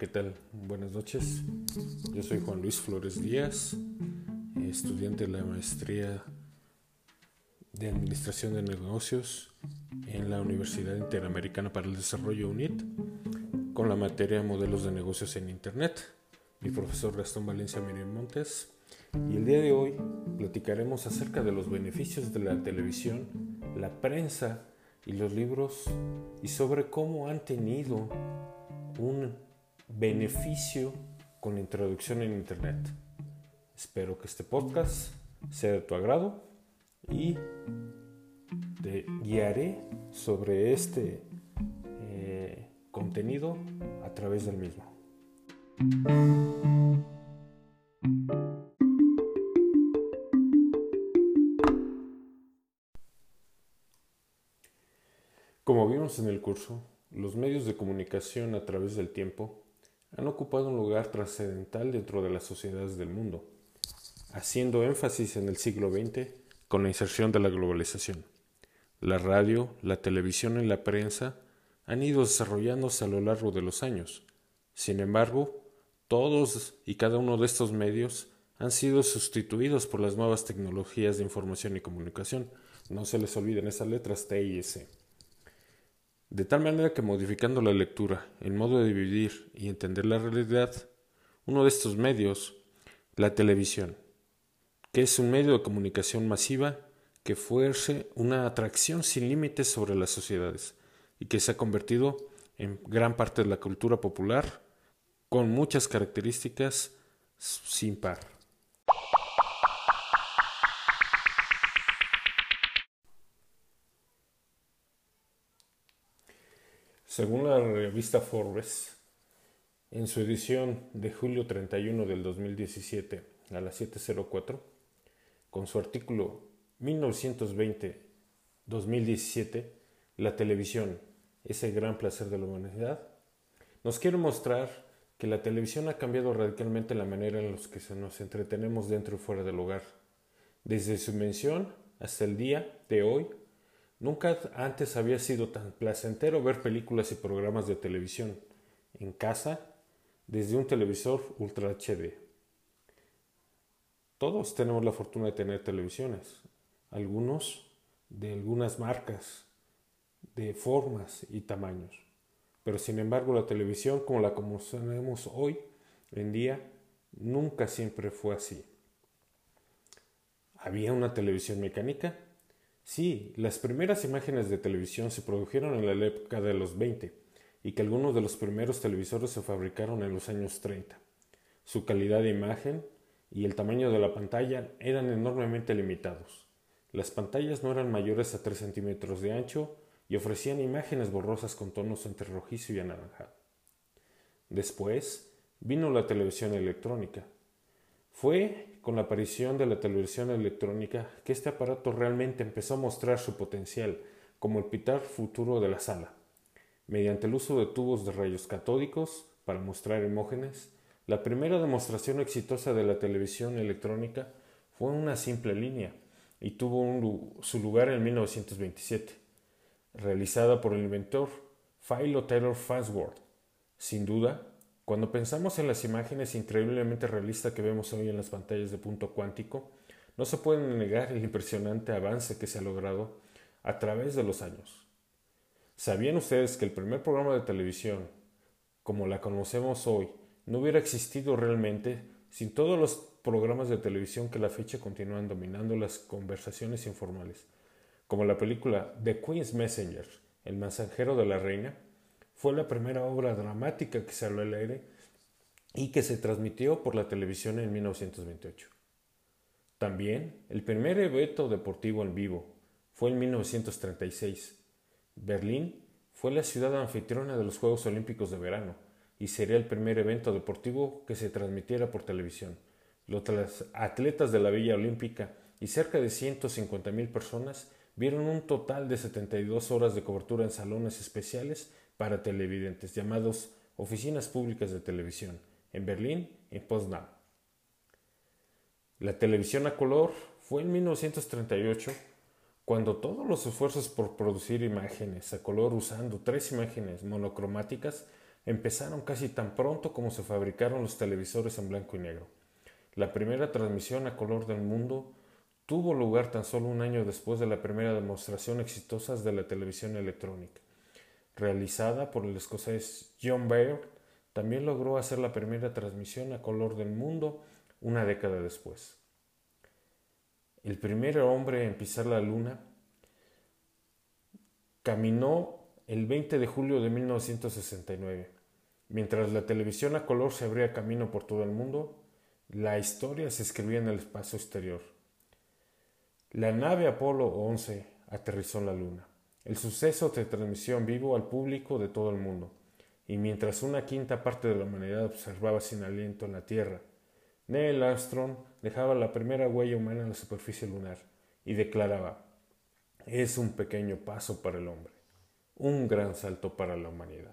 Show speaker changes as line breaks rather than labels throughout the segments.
¿qué tal? Buenas noches. Yo soy Juan Luis Flores Díaz, estudiante de la maestría de Administración de Negocios en la Universidad Interamericana para el Desarrollo UNIT, con la materia Modelos de Negocios en Internet. Mi profesor Gastón Valencia Miriam Montes, y el día de hoy platicaremos acerca de los beneficios de la televisión, la prensa y los libros, y sobre cómo han tenido un beneficio con la introducción en Internet. Espero que este podcast sea de tu agrado y te guiaré sobre este contenido a través del mismo. Como vimos en el curso, los medios de comunicación a través del tiempo han ocupado un lugar trascendental dentro de las sociedades del mundo, haciendo énfasis en el siglo XX con la inserción de la globalización. La radio, la televisión y la prensa han ido desarrollándose a lo largo de los años. Sin embargo, todos y cada uno de estos medios han sido sustituidos por las nuevas tecnologías de información y comunicación. No se les olviden esas letras T y S. De tal manera que modificando la lectura, el modo de vivir y entender la realidad, uno de estos medios, la televisión, que es un medio de comunicación masiva que fuerce una atracción sin límites sobre las sociedades y que se ha convertido en gran parte de la cultura popular con muchas características sin par. Según la revista Forbes, en su edición de julio 31 del 2017 a las 7:04, con su artículo 1920-2017, la televisión, ese gran placer de la humanidad, nos quiere mostrar que la televisión ha cambiado radicalmente la manera en la que nos entretenemos dentro y fuera del hogar. Desde su invención hasta el día de hoy, nunca antes había sido tan placentero ver películas y programas de televisión en casa desde un televisor Ultra HD. Todos tenemos la fortuna de tener televisiones, algunos de algunas marcas, de formas y tamaños. Pero sin embargo la televisión como la conocemos hoy en día nunca siempre fue así. ¿Había una televisión mecánica? Sí, las primeras imágenes de televisión se produjeron en la época de los 20 y que algunos de los primeros televisores se fabricaron en los años 30. Su calidad de imagen y el tamaño de la pantalla eran enormemente limitados. Las pantallas no eran mayores a 3 centímetros de ancho y ofrecían imágenes borrosas con tonos entre rojizo y anaranjado. Después vino la televisión electrónica. Fue con la aparición de la televisión electrónica que este aparato realmente empezó a mostrar su potencial como el pilar futuro de la sala. Mediante el uso de tubos de rayos catódicos para mostrar imágenes, la primera demostración exitosa de la televisión electrónica fue una simple línea y tuvo su lugar en 1927, realizada por el inventor Philo Taylor Farnsworth. Sin duda, cuando pensamos en las imágenes increíblemente realistas que vemos hoy en las pantallas de punto cuántico, no se puede negar el impresionante avance que se ha logrado a través de los años. ¿Sabían ustedes que el primer programa de televisión, como la conocemos hoy, no hubiera existido realmente sin todos los programas de televisión que a la fecha continúan dominando las conversaciones informales, como la película The Queen's Messenger, El mensajero de la reina? Fue la primera obra dramática que salió al aire y que se transmitió por la televisión en 1928. También el primer evento deportivo en vivo fue en 1936. Berlín fue la ciudad anfitriona de los Juegos Olímpicos de Verano y sería el primer evento deportivo que se transmitiera por televisión. Los atletas de la Villa Olímpica y cerca de 150,000 personas vieron un total de 72 horas de cobertura en salones especiales para televidentes, llamados oficinas públicas de televisión, en Berlín y Potsdam. La televisión a color fue en 1938, cuando todos los esfuerzos por producir imágenes a color usando 3 imágenes monocromáticas empezaron casi tan pronto como se fabricaron los televisores en blanco y negro. La primera transmisión a color del mundo tuvo lugar tan solo un año después de la primera demostración exitosa de la televisión electrónica. Realizada por el escocés John Baird, también logró hacer la primera transmisión a color del mundo una década después. El primer hombre en pisar la luna caminó el 20 de julio de 1969. Mientras la televisión a color se abría camino por todo el mundo, la historia se escribía en el espacio exterior. La nave Apolo 11 aterrizó en la Luna. El suceso se transmitió en vivo al público de todo el mundo, y mientras una quinta parte de la humanidad observaba sin aliento en la Tierra, Neil Armstrong dejaba la primera huella humana en la superficie lunar y declaraba: "Es un pequeño paso para el hombre, un gran salto para la humanidad".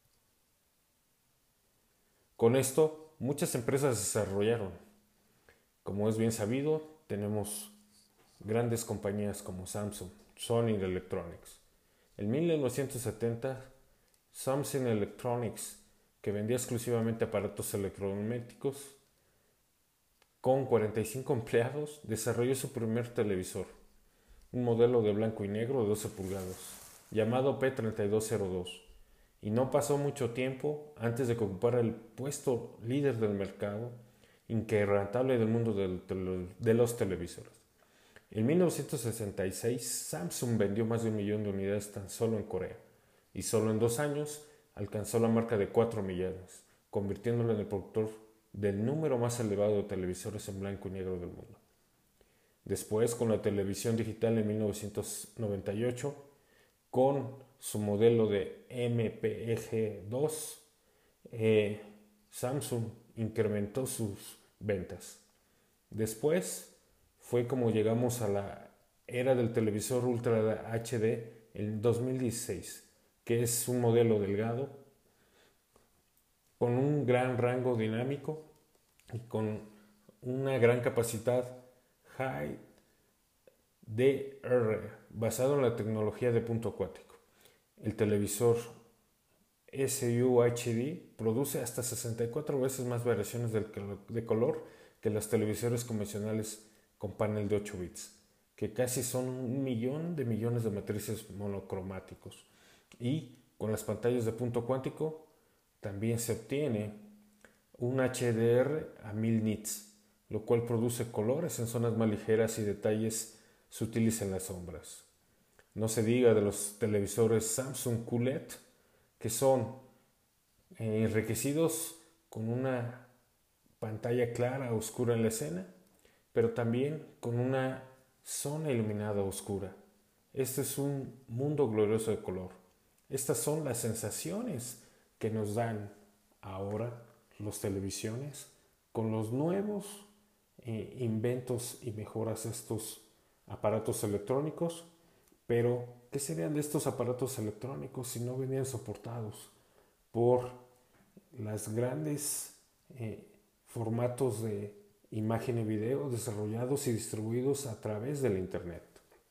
Con esto, muchas empresas se desarrollaron. Como es bien sabido, tenemos grandes compañías como Samsung, Sony Electronics. En 1970, Samsung Electronics, que vendía exclusivamente aparatos electrodomésticos, con 45 empleados, desarrolló su primer televisor, un modelo de blanco y negro de 12 pulgadas, llamado P3202, y no pasó mucho tiempo antes de que ocupara el puesto líder del mercado inquebrantable del mundo de los televisores. En 1966, Samsung vendió más de 1 millón de unidades tan solo en Corea, y solo en 2 años alcanzó la marca de 4 millones, convirtiéndolo en el productor del número más elevado de televisores en blanco y negro del mundo. Después, con la televisión digital en 1998, con su modelo de MPEG-2, Samsung incrementó sus ventas. Después fue como llegamos a la era del televisor Ultra HD en 2016, que es un modelo delgado, con un gran rango dinámico y con una gran capacidad HDR basado en la tecnología de punto acuático. El televisor SUHD produce hasta 64 veces más variaciones de color que los televisores convencionales con panel de 8 bits, que casi son 1 millón de millones de matrices monocromáticos. Y con las pantallas de punto cuántico también se obtiene un HDR a 1000 nits, lo cual produce colores en zonas más ligeras y detalles sutiles en las sombras. No se diga de los televisores Samsung QLED, que son enriquecidos con una pantalla clara oscura en la escena, pero también con una zona iluminada oscura. Este es un mundo glorioso de color. Estas son las sensaciones que nos dan ahora los televisiones con los nuevos inventos y mejoras de estos aparatos electrónicos. Pero, ¿qué serían de estos aparatos electrónicos si no venían soportados por los grandes formatos de imagen y video desarrollados y distribuidos a través del Internet?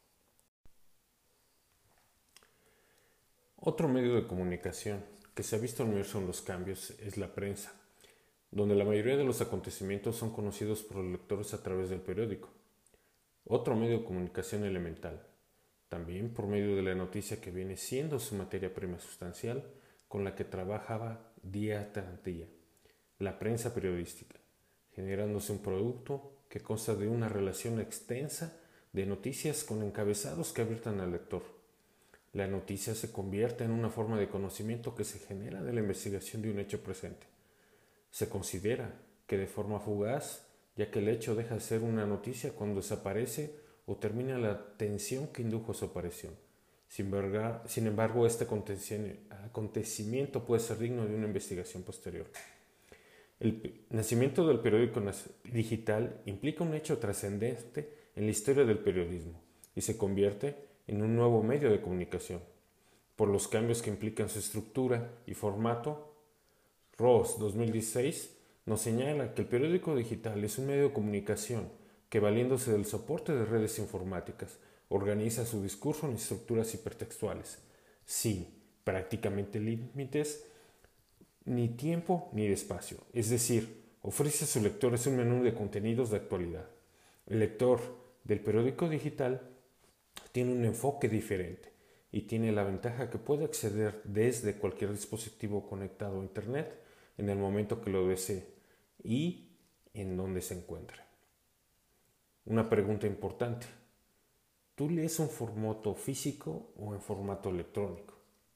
Otro medio de comunicación que se ha visto inmerso en los cambios es la prensa, donde la mayoría de los acontecimientos son conocidos por los lectores a través del periódico. Otro medio de comunicación elemental, también por medio de la noticia que viene siendo su materia prima sustancial con la que trabajaba día tras día, la prensa periodística, generándose un producto que consta de una relación extensa de noticias con encabezados que adviertan al lector. La noticia se convierte en una forma de conocimiento que se genera de la investigación de un hecho presente. Se considera que de forma fugaz, ya que el hecho deja de ser una noticia cuando desaparece o termina la tensión que indujo su aparición. Sin embargo, este acontecimiento puede ser digno de una investigación posterior. El nacimiento del periódico digital implica un hecho trascendente en la historia del periodismo y se convierte en un nuevo medio de comunicación. Por los cambios que implican su estructura y formato, Ross 2016 nos señala que el periódico digital es un medio de comunicación que, valiéndose del soporte de redes informáticas, organiza su discurso en estructuras hipertextuales, sin prácticamente límites ni tiempo ni espacio. Es decir, ofrece a sus lectores un menú de contenidos de actualidad. El lector del periódico digital tiene un enfoque diferente y tiene la ventaja que puede acceder desde cualquier dispositivo conectado a Internet en el momento que lo desee y en donde se encuentre. Una pregunta importante: ¿tú lees en formato físico o en formato electrónico?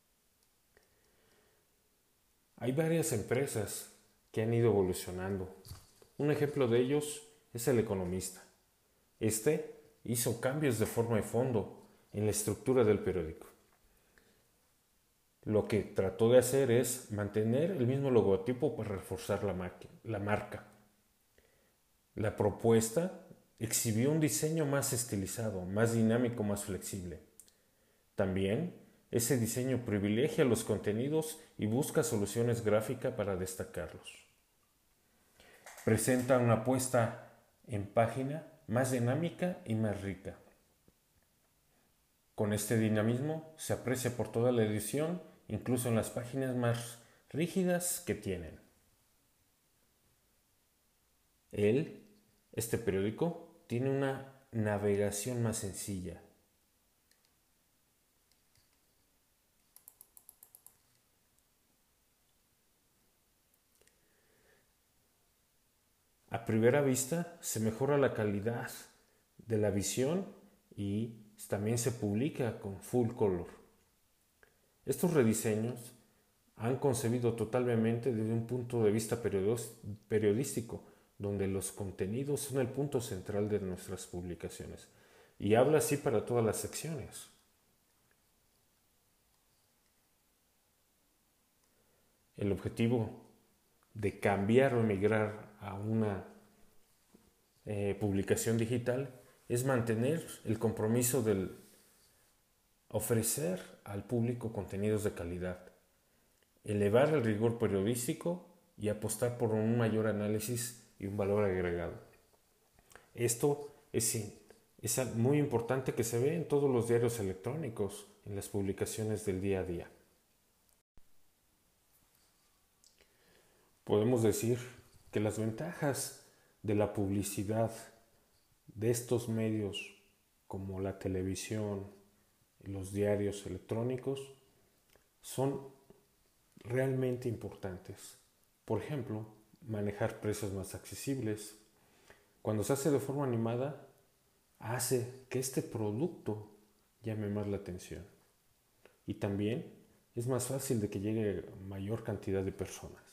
Hay varias empresas que han ido evolucionando. Un ejemplo de ellos es El Economista. Este hizo cambios de forma y fondo en la estructura del periódico. Lo que trató de hacer es mantener el mismo logotipo para reforzar la marca. La propuesta exhibió un diseño más estilizado, más dinámico, más flexible. También ese diseño privilegia los contenidos y busca soluciones gráficas para destacarlos. Presenta una puesta en página más dinámica y más rica. Con este dinamismo se aprecia por toda la edición, incluso en las páginas más rígidas que tienen. Este periódico, tiene una navegación más sencilla. A primera vista se mejora la calidad de la visión y también se publica con full color. Estos rediseños han concebido totalmente desde un punto de vista periodístico, donde los contenidos son el punto central de nuestras publicaciones, y habla así para todas las secciones. El objetivo de cambiar o emigrar a una publicación digital es mantener el compromiso del ofrecer al público contenidos de calidad, elevar el rigor periodístico y apostar por un mayor análisis y un valor agregado. Esto es muy importante que se ve en todos los diarios electrónicos, en las publicaciones del día a día. Podemos decir que las ventajas de la publicidad de estos medios como la televisión y los diarios electrónicos son realmente importantes. Por ejemplo, manejar precios más accesibles. Cuando se hace de forma animada, hace que este producto llame más la atención. Y también es más fácil de que llegue a mayor cantidad de personas.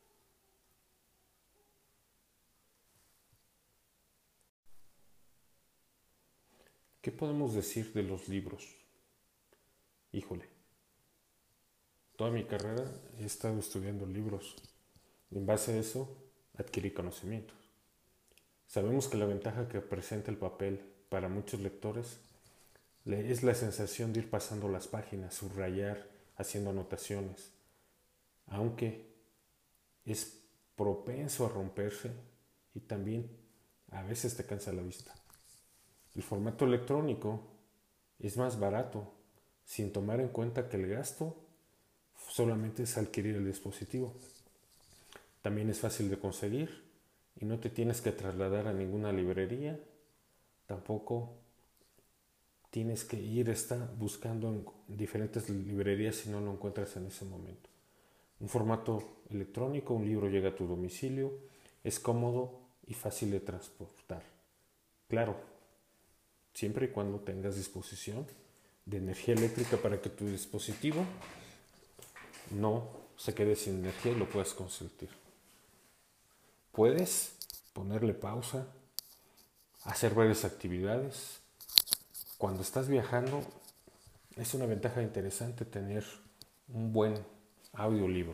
¿Qué podemos decir de los libros? Híjole, toda mi carrera he estado estudiando libros y en base a eso adquirí conocimientos. Sabemos que la ventaja que presenta el papel para muchos lectores es la sensación de ir pasando las páginas, subrayar, haciendo anotaciones, aunque es propenso a romperse y también a veces te cansa la vista. El formato electrónico es más barato, sin tomar en cuenta que el gasto solamente es adquirir el dispositivo. También es fácil de conseguir y no te tienes que trasladar a ninguna librería, tampoco tienes que ir buscando en diferentes librerías si no lo encuentras en ese momento. Un formato electrónico, un libro llega a tu domicilio, es cómodo y fácil de transportar. Claro, siempre y cuando tengas disposición de energía eléctrica para que tu dispositivo no se quede sin energía y lo puedas consentir. Puedes ponerle pausa, hacer varias actividades. Cuando estás viajando, es una ventaja interesante tener un buen audiolibro.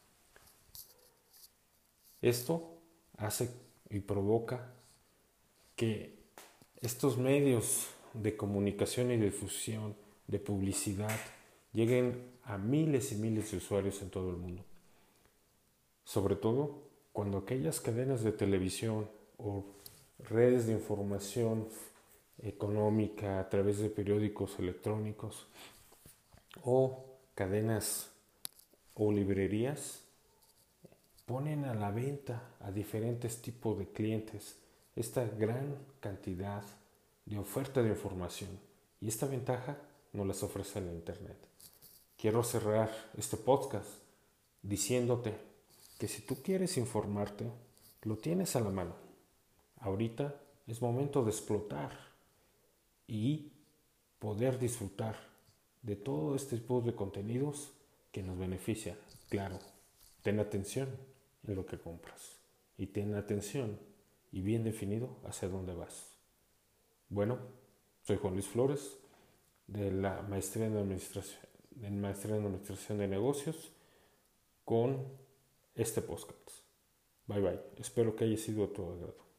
Esto hace y provoca que estos medios de comunicación y difusión, de publicidad, lleguen a miles y miles de usuarios en todo el mundo. Sobre todo cuando aquellas cadenas de televisión o redes de información económica a través de periódicos electrónicos o cadenas o librerías ponen a la venta a diferentes tipos de clientes esta gran cantidad de oferta de información, y esta ventaja nos las ofrece el Internet. Quiero cerrar este podcast diciéndote que si tú quieres informarte, lo tienes a la mano. Ahorita es momento de explotar y poder disfrutar de todo este tipo de contenidos que nos benefician. Claro, ten atención en lo que compras y ten atención y bien definido hacia dónde vas. Bueno, soy Juan Luis Flores de la Maestría en Administración de Negocios con este podcast. Bye bye. Espero que haya sido de tu agrado.